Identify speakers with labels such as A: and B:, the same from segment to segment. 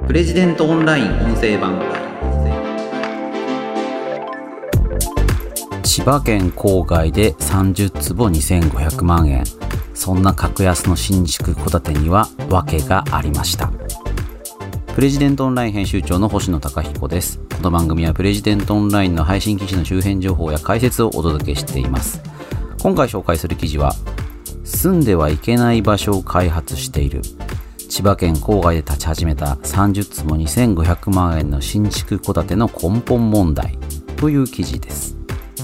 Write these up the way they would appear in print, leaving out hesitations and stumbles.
A: プレジデントオンライン音声版。
B: 千葉県郊外で30坪2500万円。そんな格安の新築戸建てには訳がありました。プレジデントオンライン編集長の星野貴彦です。この番組はプレジデントオンラインの配信記事の周辺情報や解説をお届けしています。今回紹介する記事は、住んではいけない場所を開発している、千葉県郊外で立ち始めた30坪2500万円の新築戸建ての根本問題という記事です。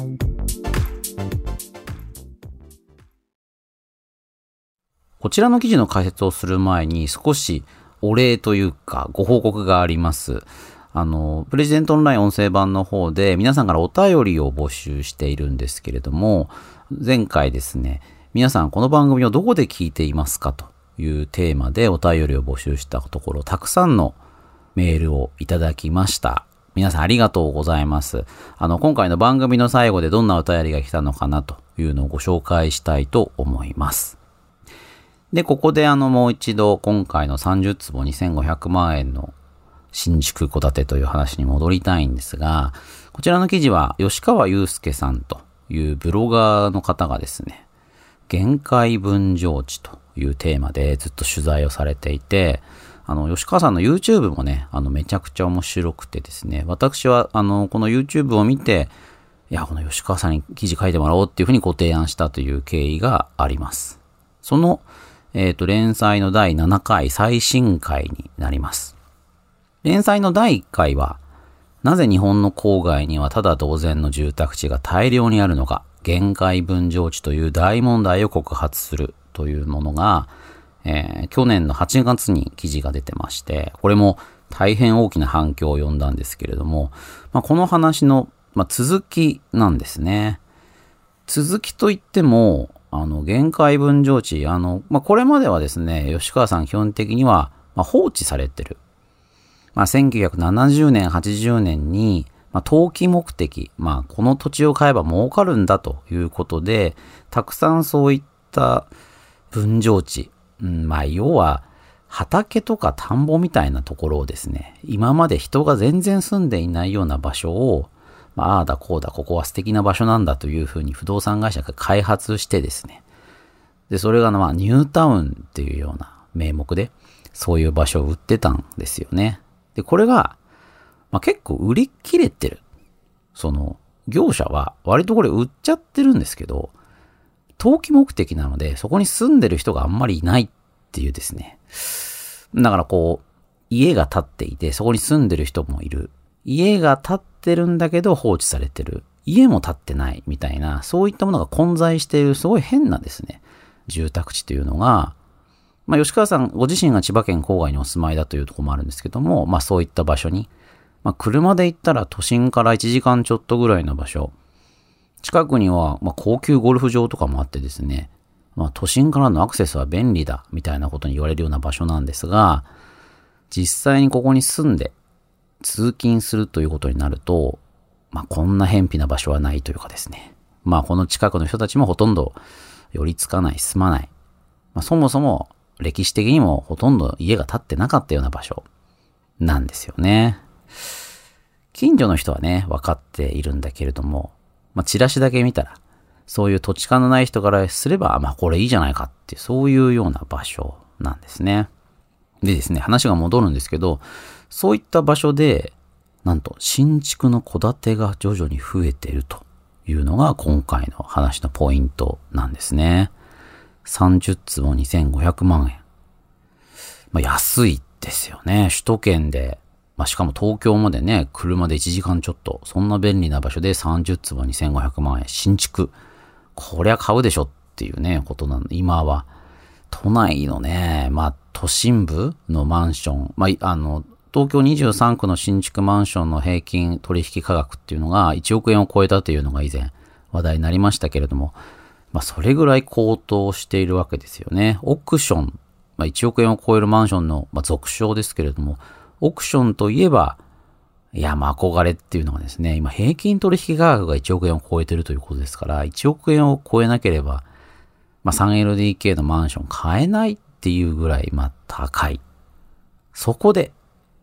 B: こちらの記事の解説をする前に少しお礼というかご報告があります。プレジデントオンライン音声版の方で皆さんからお便りを募集しているんですけれども、前回ですね、皆さんこの番組をどこで聞いていますかというテーマでお便りを募集したところ、たくさんのメールをいただきました。皆さんありがとうございます。今回の番組の最後でどんなお便りが来たのかなというのをご紹介したいと思います。で、ここでもう一度今回の30坪2500万円の新築戸建てという話に戻りたいんですが、こちらの記事は吉川祐介さんというブロガーの方がですね、限界分譲地というテーマでずっと取材をされていて、吉川さんの YouTube もね、めちゃくちゃ面白くてですね、私はこの YouTube を見て、いや、この吉川さんに記事書いてもらおうっていうふうにご提案したという経緯があります。その、連載の第7回最新回になります。連載の第1回は、なぜ日本の郊外にはただ同然の住宅地が大量にあるのか、限界分譲地という大問題を告発するというものが、去年の8月に記事が出てまして、これも大変大きな反響を呼んだんですけれども、この話の、続きなんですね。続きといっても、限界分譲地、これまではですね、吉川さん基本的には、放置されてる。1970年、80年に、投機目的、この土地を買えば儲かるんだということで、たくさんそういった分譲地、要は畑とか田んぼみたいなところをですね、今まで人が全然住んでいないような場所を、ああだこうだ、ここは素敵な場所なんだというふうに不動産会社が開発してですね、で、それがニュータウンっていうような名目で、そういう場所を売ってたんですよね。で、これが、結構売り切れてる。業者は割とこれ売っちゃってるんですけど、投機目的なので、そこに住んでる人があんまりいないっていうですね。だから家が建っていて、そこに住んでる人もいる。家が建ってるんだけど放置されてる。家も建ってないみたいな、そういったものが混在している、すごい変なですね、住宅地というのが、吉川さんご自身が千葉県郊外にお住まいだというところもあるんですけども、そういった場所に、車で行ったら都心から1時間ちょっとぐらいの場所、近くには高級ゴルフ場とかもあってですね、都心からのアクセスは便利だみたいなことに言われるような場所なんですが、実際にここに住んで通勤するということになると、こんな偏僻な場所はないというかですね、この近くの人たちもほとんど寄りつかない、住まない、そもそも歴史的にもほとんど家が建ってなかったような場所なんですよね。近所の人はね、分かっているんだけれども、チラシだけ見たら、そういう土地勘のない人からすれば、これいいじゃないかって、そういうような場所なんですね。でですね、話が戻るんですけど、そういった場所で、なんと新築の戸建てが徐々に増えているというのが今回の話のポイントなんですね。30坪2500万円。安いですよね。首都圏で、しかも東京までね、車で1時間ちょっと、そんな便利な場所で30坪2500万円、新築。こりゃ買うでしょっていうね、ことなの。今は、都内のね、都心部のマンション、東京23区の新築マンションの平均取引価格っていうのが1億円を超えたというのが以前話題になりましたけれども、それぐらい高騰しているわけですよね。オークション、1億円を超えるマンションの、俗称ですけれども、オークションといえば、憧れっていうのがですね、今平均取引価格が1億円を超えているということですから、1億円を超えなければ、3LDK のマンション買えないっていうぐらい、高い。そこで、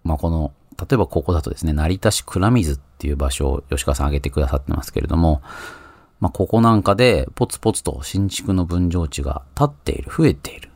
B: 例えばここだとですね、成田市倉水っていう場所を吉川さん挙げてくださってますけれども、ここなんかでポツポツと新築の分譲地が建っている、増えている。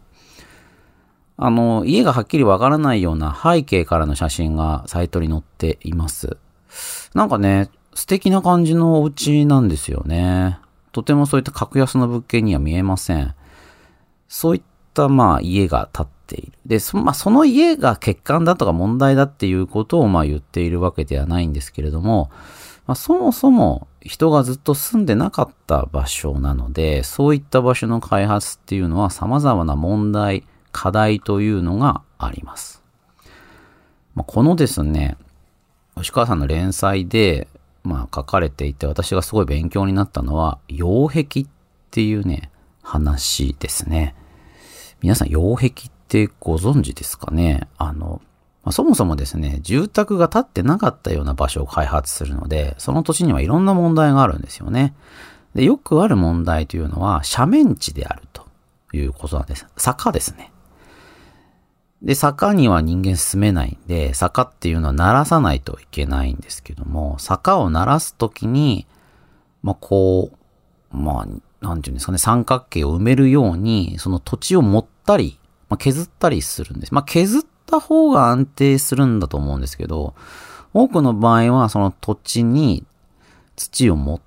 B: 家がはっきりわからないような背景からの写真がサイトに載っています。なんかね、素敵な感じのお家なんですよね。とてもそういった格安の物件には見えません。そういった家が建っている。で、その家が欠陥だとか問題だっていうことを言っているわけではないんですけれども、そもそも人がずっと住んでなかった場所なので、そういった場所の開発っていうのは様々な問題、課題というのがあります。このですね、吉川さんの連載で、書かれていて私がすごい勉強になったのは、擁壁っていうね、話ですね。皆さん、擁壁ってご存知ですかね？そもそもですね、住宅が建ってなかったような場所を開発するので、その土地にはいろんな問題があるんですよね。で、よくある問題というのは、斜面地であるということなんです。坂ですね。で、坂には人間住めないんで、坂っていうのは鳴らさないといけないんですけども、坂を鳴らすときに、なんていうんですかね、三角形を埋めるように、その土地を持ったり、削ったりするんです。削った方が安定するんだと思うんですけど、多くの場合はその土地に土を持って、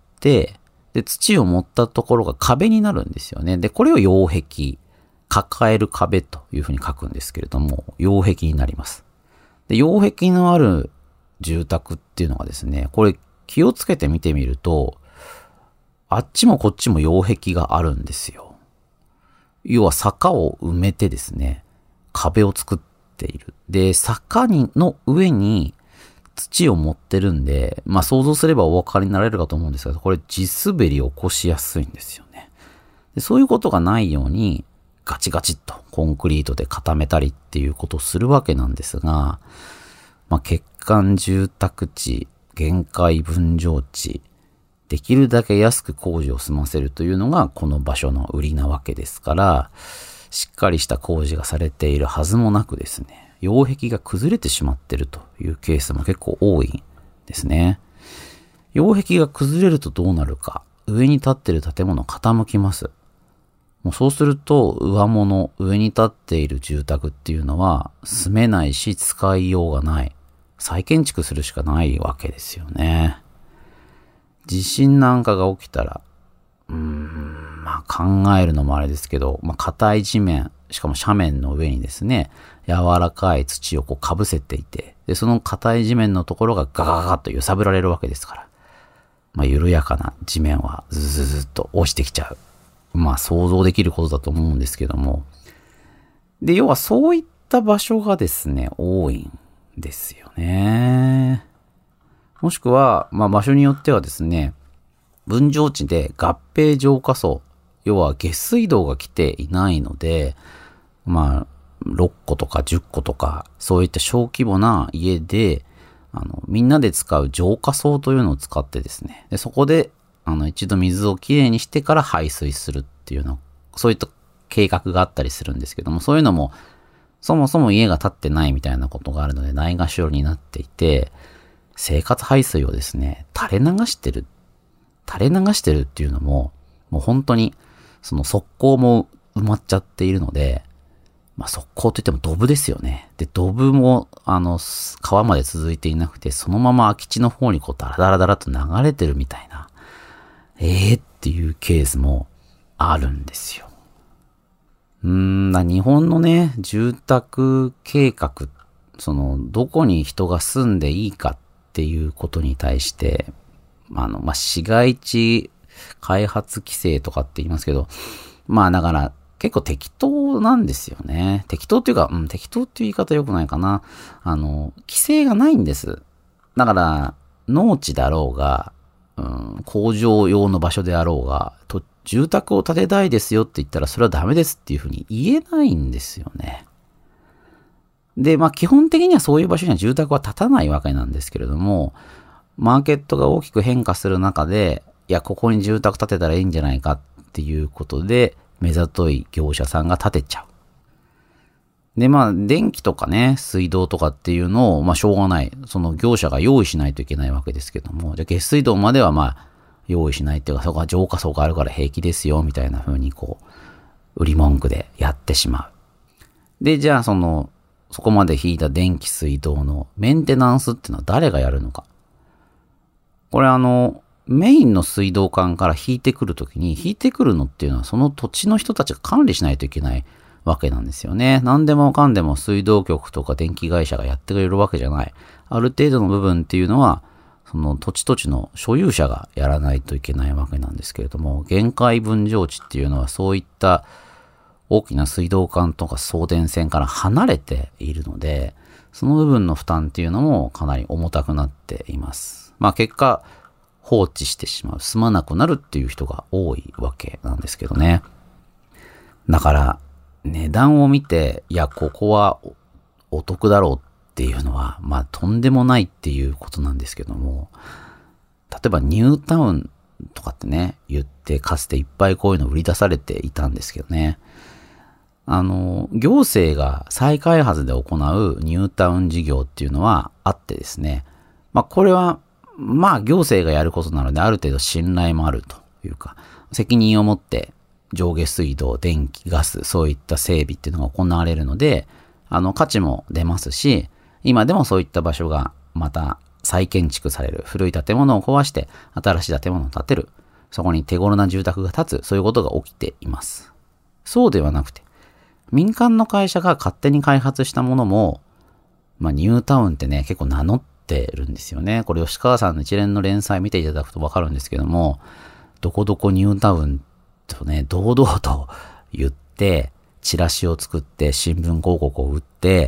B: で、土を持ったところが壁になるんですよね。で、これを擁壁。抱える壁というふうに書くんですけれども、擁壁になります。で、擁壁のある住宅っていうのがですね、これ気をつけて見てみると、あっちもこっちも擁壁があるんですよ。要は坂を埋めてですね、壁を作っている。で、坂の上に土を持ってるんで、想像すればお分かりになれるかと思うんですが、これ地滑りを起こしやすいんですよね。で、そういうことがないように、ガチガチっとコンクリートで固めたりっていうことをするわけなんですが、欠陥住宅地、限界分譲地、できるだけ安く工事を済ませるというのがこの場所の売りなわけですから、しっかりした工事がされているはずもなくですね、擁壁が崩れてしまっているというケースも結構多いんですね。擁壁が崩れるとどうなるか、上に立っている建物傾きます。もうそうすると上に立っている住宅っていうのは住めないし使いようがない。再建築するしかないわけですよね。地震なんかが起きたら、考えるのもあれですけど、硬い地面、しかも斜面の上にですね、柔らかい土をかぶせていて、で、その硬い地面のところがガガガガッと揺さぶられるわけですから、緩やかな地面はズズズッと落ちてきちゃう。想像できることだと思うんですけども。で、要はそういった場所がですね、多いんですよね。もしくは、場所によってはですね、分譲地で合併浄化層、要は下水道が来ていないので、6個とか10個とか、そういった小規模な家で、みんなで使う浄化槽というのを使ってですね、で、そこで、一度水をきれいにしてから排水するっていうの、そういった計画があったりするんですけども、そういうのも、そもそも家が建ってないみたいなことがあるので、ないがしろになっていて、生活排水をですね、垂れ流してるっていうのも、もう本当に、その側溝も埋まっちゃっているので、側溝といってもドブですよね。で、ドブも、川まで続いていなくて、そのまま空き地の方にダラダラダラと流れてるみたいな、っていうケースもあるんですよ。日本のね、住宅計画、どこに人が住んでいいかっていうことに対して、市街地開発規制とかって言いますけど、だから結構適当なんですよね。適当っていうか、適当っていう言い方良くないかな。規制がないんです。だから、農地だろうが、工場用の場所であろうが、住宅を建てたいですよって言ったらそれはダメですっていうふうに言えないんですよね。で、基本的にはそういう場所には住宅は建たないわけなんですけれども、マーケットが大きく変化する中で、ここに住宅建てたらいいんじゃないかっていうことで、目ざとい業者さんが建てちゃう。 で、電気とかね、水道とかっていうのを、しょうがない。その業者が用意しないといけないわけですけども、じゃあ下水道までは用意しないっていうか、そこは浄化槽があるから平気ですよ、みたいな風に売り文句でやってしまう。で、じゃあそこまで引いた電気水道のメンテナンスっていうのは誰がやるのか。これメインの水道管から引いてくるときに、引いてくるのっていうのはその土地の人たちが管理しないといけないわけなんですよね。何でもかんでも水道局とか電気会社がやってくれるわけじゃない。ある程度の部分っていうのは、その土地土地の所有者がやらないといけないわけなんですけれども、限界分譲地っていうのはそういった大きな水道管とか送電線から離れているので、その部分の負担っていうのもかなり重たくなっています。結果、放置してしまう、済まなくなるっていう人が多いわけなんですけどね。だから、値段を見て、いや、ここはお得だろうっていうのは、とんでもないっていうことなんですけども、例えばニュータウンとかってね、言って、かつていっぱいこういうの売り出されていたんですけどね。行政が再開発で行うニュータウン事業っていうのはあってですね、これは、行政がやることなので、ある程度信頼もあるというか、責任を持って上下水道、電気、ガス、そういった整備っていうのが行われるので、価値も出ますし、今でもそういった場所がまた再建築される。古い建物を壊して新しい建物を建てる。そこに手頃な住宅が建つ。そういうことが起きています。そうではなくて、民間の会社が勝手に開発したものも、ニュータウンってね、結構名乗ってるんですよね。これ吉川さんの一連の連載見ていただくとわかるんですけども、どこどこニュータウンとね、堂々と言って、チラシを作って新聞広告を売って、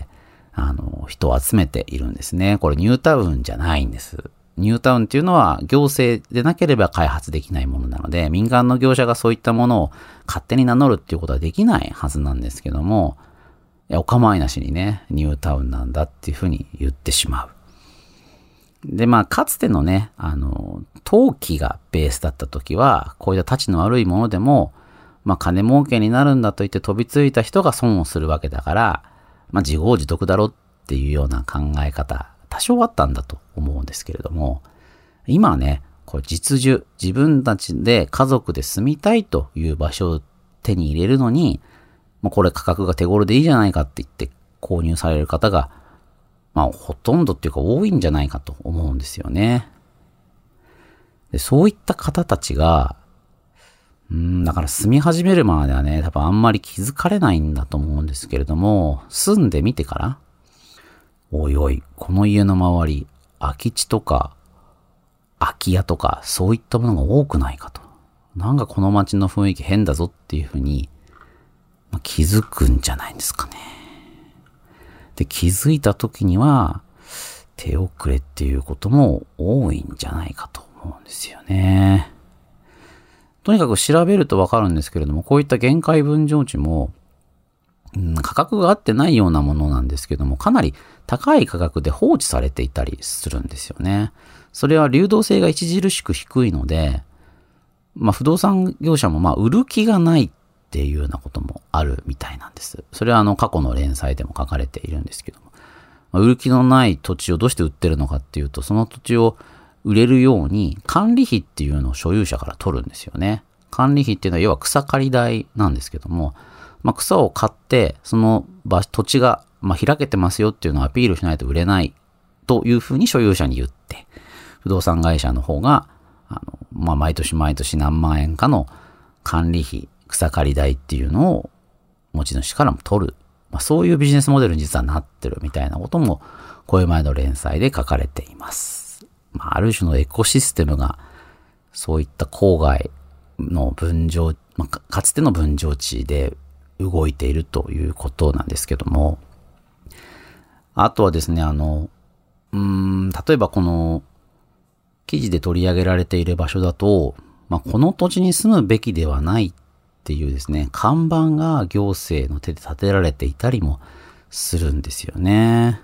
B: 人を集めているんですね。これニュータウンじゃないんです。ニュータウンっていうのは行政でなければ開発できないものなので、民間の業者がそういったものを勝手に名乗るっていうことはできないはずなんですけども、お構いなしにね、ニュータウンなんだっていうふうに言ってしまう。で、かつてのね、登記がベースだった時は、こういった立ちの悪いものでも、金儲けになるんだと言って飛びついた人が損をするわけだから、自業自得だろっていうような考え方、多少あったんだと思うんですけれども、今はね、これ実需、自分たちで家族で住みたいという場所を手に入れるのに、これ価格が手頃でいいじゃないかって言って購入される方が、ほとんどっていうか多いんじゃないかと思うんですよね。で、そういった方たちが、だから住み始めるまではね、多分あんまり気づかれないんだと思うんですけれども、住んでみてから、おいおい、この家の周り、空き地とか、空き家とか、そういったものが多くないかと。なんかこの街の雰囲気変だぞっていうふうに、気づくんじゃないんですかね。で、気づいた時には、手遅れっていうことも多いんじゃないかと思うんですよね。とにかく調べるとわかるんですけれども、こういった限界分譲地も、価格が合ってないようなものなんですけども、かなり高い価格で放置されていたりするんですよね。それは流動性が著しく低いので、不動産業者も売る気がないっていうようなこともあるみたいなんです。それは過去の連載でも書かれているんですけども、売る気のない土地をどうして売ってるのかっていうと、その土地を売れるように管理費っていうのを所有者から取るんですよね。管理費っていうのは要は草刈り代なんですけども、草を買ってその土地が開けてますよっていうのをアピールしないと売れないというふうに所有者に言って、不動産会社の方が毎年毎年何万円かの管理費、草刈り代っていうのを持ち主からも取る。そういうビジネスモデルに実はなってるみたいなことも、これ前の連載で書かれています。ある種のエコシステムが、そういった郊外の分譲、かつての分譲地で動いているということなんですけども、あとはですね、例えばこの記事で取り上げられている場所だと、この土地に住むべきではないっていうですね、看板が行政の手で建てられていたりもするんですよね。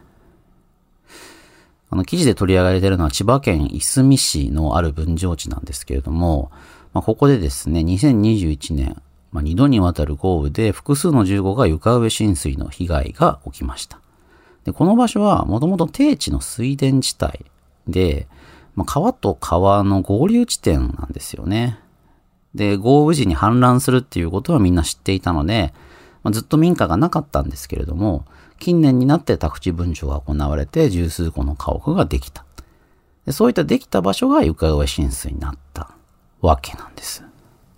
B: 記事で取り上げられているのは千葉県いすみ市のある分譲地なんですけれども、ここでですね、2021年、 2度にわたる豪雨で複数の住戸が床上浸水の被害が起きました。で、この場所はもともと低地の水田地帯で、川と川の合流地点なんですよね。で、豪雨時に氾濫するっていうことはみんな知っていたので、ずっと民家がなかったんですけれども、近年になって宅地分譲が行われて十数戸の家屋ができた。で、そういったできた場所が床上浸水になったわけなんです。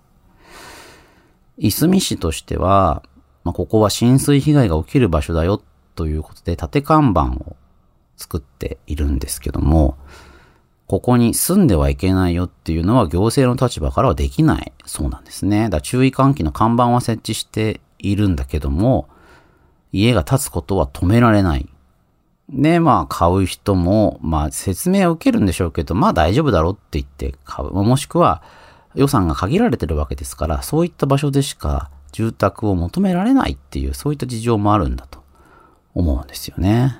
B: いすみ市としては、ここは浸水被害が起きる場所だよということで縦看板を作っているんですけども、ここに住んではいけないよっていうのは行政の立場からはできないそうなんですね。だから注意喚起の看板は設置しているんだけども、家が建つことは止められない。で、買う人も、説明は受けるんでしょうけど、大丈夫だろうって言って買う。もしくは予算が限られてるわけですから、そういった場所でしか住宅を求められないっていう、そういった事情もあるんだと思うんですよね。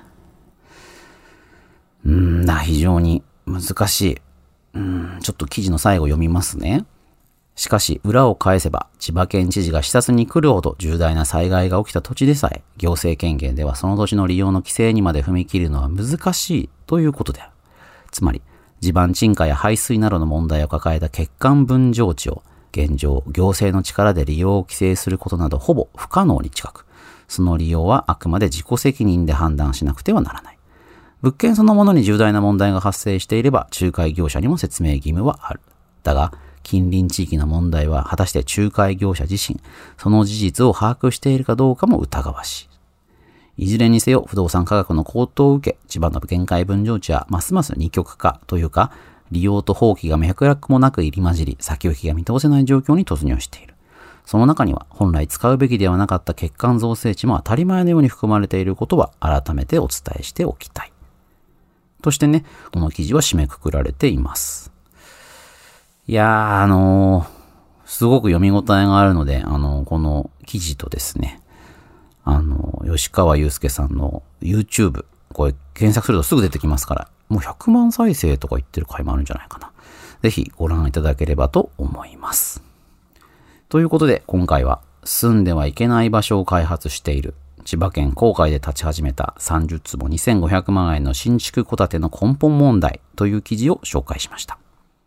B: 非常に難しい。ちょっと記事の最後読みますね。しかし、裏を返せば、千葉県知事が視察に来るほど重大な災害が起きた土地でさえ、行政権限ではその土地の利用の規制にまで踏み切るのは難しいということである。つまり、地盤沈下や排水などの問題を抱えた欠陥分譲地を、現状、行政の力で利用を規制することなどほぼ不可能に近く、その利用はあくまで自己責任で判断しなくてはならない。物件そのものに重大な問題が発生していれば、仲介業者にも説明義務はある。だが、近隣地域の問題は果たして仲介業者自身、その事実を把握しているかどうかも疑わしい。いずれにせよ不動産価格の高騰を受け、千葉の限界分譲地はますます二極化というか、利用と放棄が脈絡もなく入り混じり、先行きが見通せない状況に突入している。その中には本来使うべきではなかった欠陥造成地も当たり前のように含まれていることは改めてお伝えしておきたい。としてね、この記事は締めくくられています。いやー、すごく読み応えがあるので、この記事とですね、吉川祐介さんの YouTube、これ検索するとすぐ出てきますから、もう100万再生とか言ってる回もあるんじゃないかな。ぜひご覧いただければと思います。ということで、今回は住んではいけない場所を開発している千葉県郊外で立ち始めた30坪2500万円の新築戸建ての根本問題という記事を紹介しました。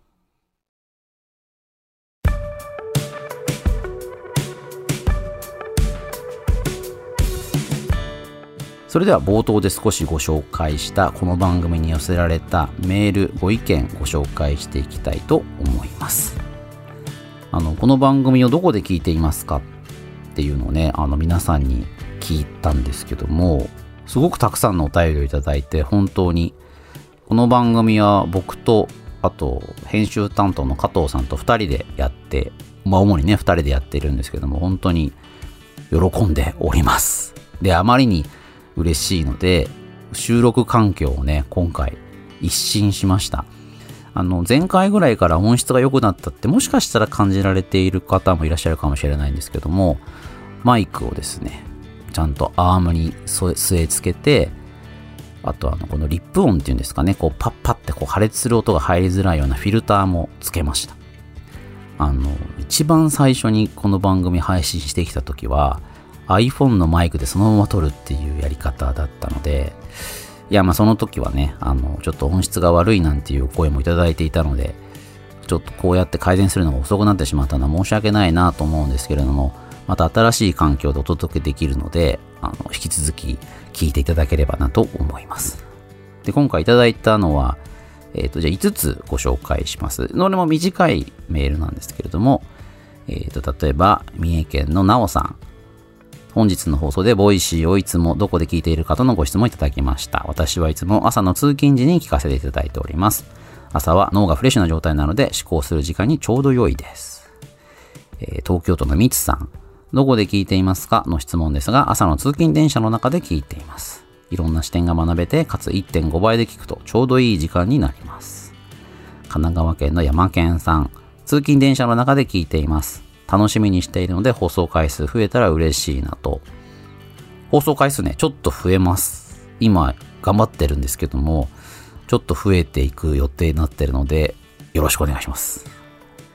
B: それでは冒頭で少しご紹介したこの番組に寄せられたメールご意見ご紹介していきたいと思います。この番組をどこで聞いていますかっていうのをね、皆さんに聞いたんですけども、すごくたくさんのお便りをいただいて、本当にこの番組は僕とあと編集担当の加藤さんと2人でやって、主にね2人でやっているんですけども、本当に喜んでおります。で、あまりに嬉しいので収録環境をね今回一新しました。前回ぐらいから音質が良くなったってもしかしたら感じられている方もいらっしゃるかもしれないんですけども、マイクをですねちゃんとアームに据え付けて、あとこのリップ音っていうんですかね、こうパッパってこう破裂する音が入りづらいようなフィルターもつけました。一番最初にこの番組配信してきた時はiPhone のマイクでそのまま撮るっていうやり方だったので、いやその時はねちょっと音質が悪いなんていう声もいただいていたので、ちょっとこうやって改善するのが遅くなってしまったのは申し訳ないなと思うんですけれども、また新しい環境でお届けできるので引き続き聞いていただければなと思います。で、今回いただいたのはじゃあ5つご紹介します。どれも短いメールなんですけれども、例えば三重県のなおさん、本日の放送でボイシーをいつもどこで聞いているかとのご質問をいただきました。私はいつも朝の通勤時に聞かせていただいております。朝は脳がフレッシュな状態なので思考する時間にちょうど良いです。東京都のみつさん、どこで聞いていますかの質問ですが、朝の通勤電車の中で聞いています。いろんな視点が学べて、かつ 1.5 倍で聞くとちょうどいい時間になります。神奈川県の山県さん、通勤電車の中で聞いています。楽しみにしているので放送回数増えたら嬉しいなと。放送回数ねちょっと増えます。今頑張ってるんですけども、ちょっと増えていく予定になってるのでよろしくお願いします。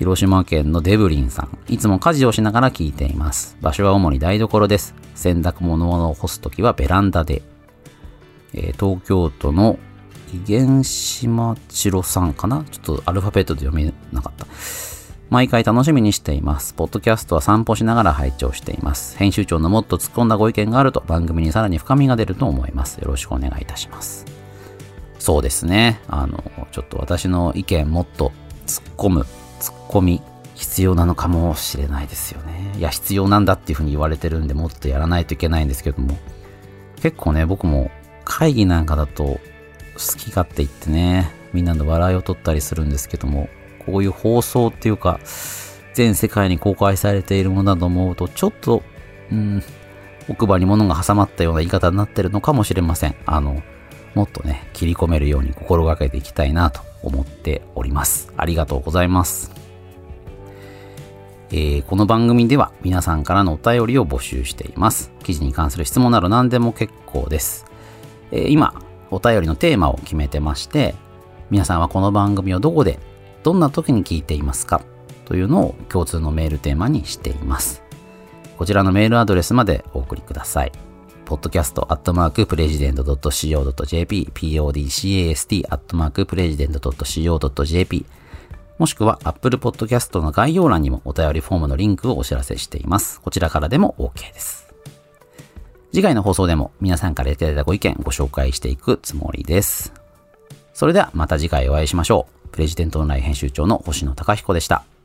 B: 広島県のデブリンさん。いつも家事をしながら聞いています。場所は主に台所です。洗濯物を干すときはベランダで。東京都の井原島千代さんかな、ちょっとアルファベットで読めなかった。毎回楽しみにしています。ポッドキャストは散歩しながら拝聴しています。編集長のもっと突っ込んだご意見があると番組にさらに深みが出ると思います。よろしくお願いいたします。そうですね。ちょっと私の意見もっと突っ込み必要なのかもしれないですよね。いや、必要なんだっていうふうに言われてるんで、もっとやらないといけないんですけども、結構ね、僕も会議なんかだと好き勝手言ってね、みんなの笑いを取ったりするんですけども、こういう放送っていうか、全世界に公開されているものだと思うと、ちょっと、奥歯に物が挟まったような言い方になってるのかもしれません。もっとね、切り込めるように心がけていきたいなと思っております。ありがとうございます。この番組では皆さんからのお便りを募集しています。記事に関する質問など何でも結構です。今、お便りのテーマを決めてまして、皆さんはこの番組をどこで、どんな時に聞いていますかというのを共通のメールテーマにしています。こちらのメールアドレスまでお送りください。podcast@president.co.jp podcast@president.co.jp もしくは Apple Podcast の概要欄にもお便りフォームのリンクをお知らせしています。こちらからでも OK です。次回の放送でも皆さんからいただいたご意見ご紹介していくつもりです。それではまた次回お会いしましょう。プレジデントオンライン編集長の星野貴彦でした。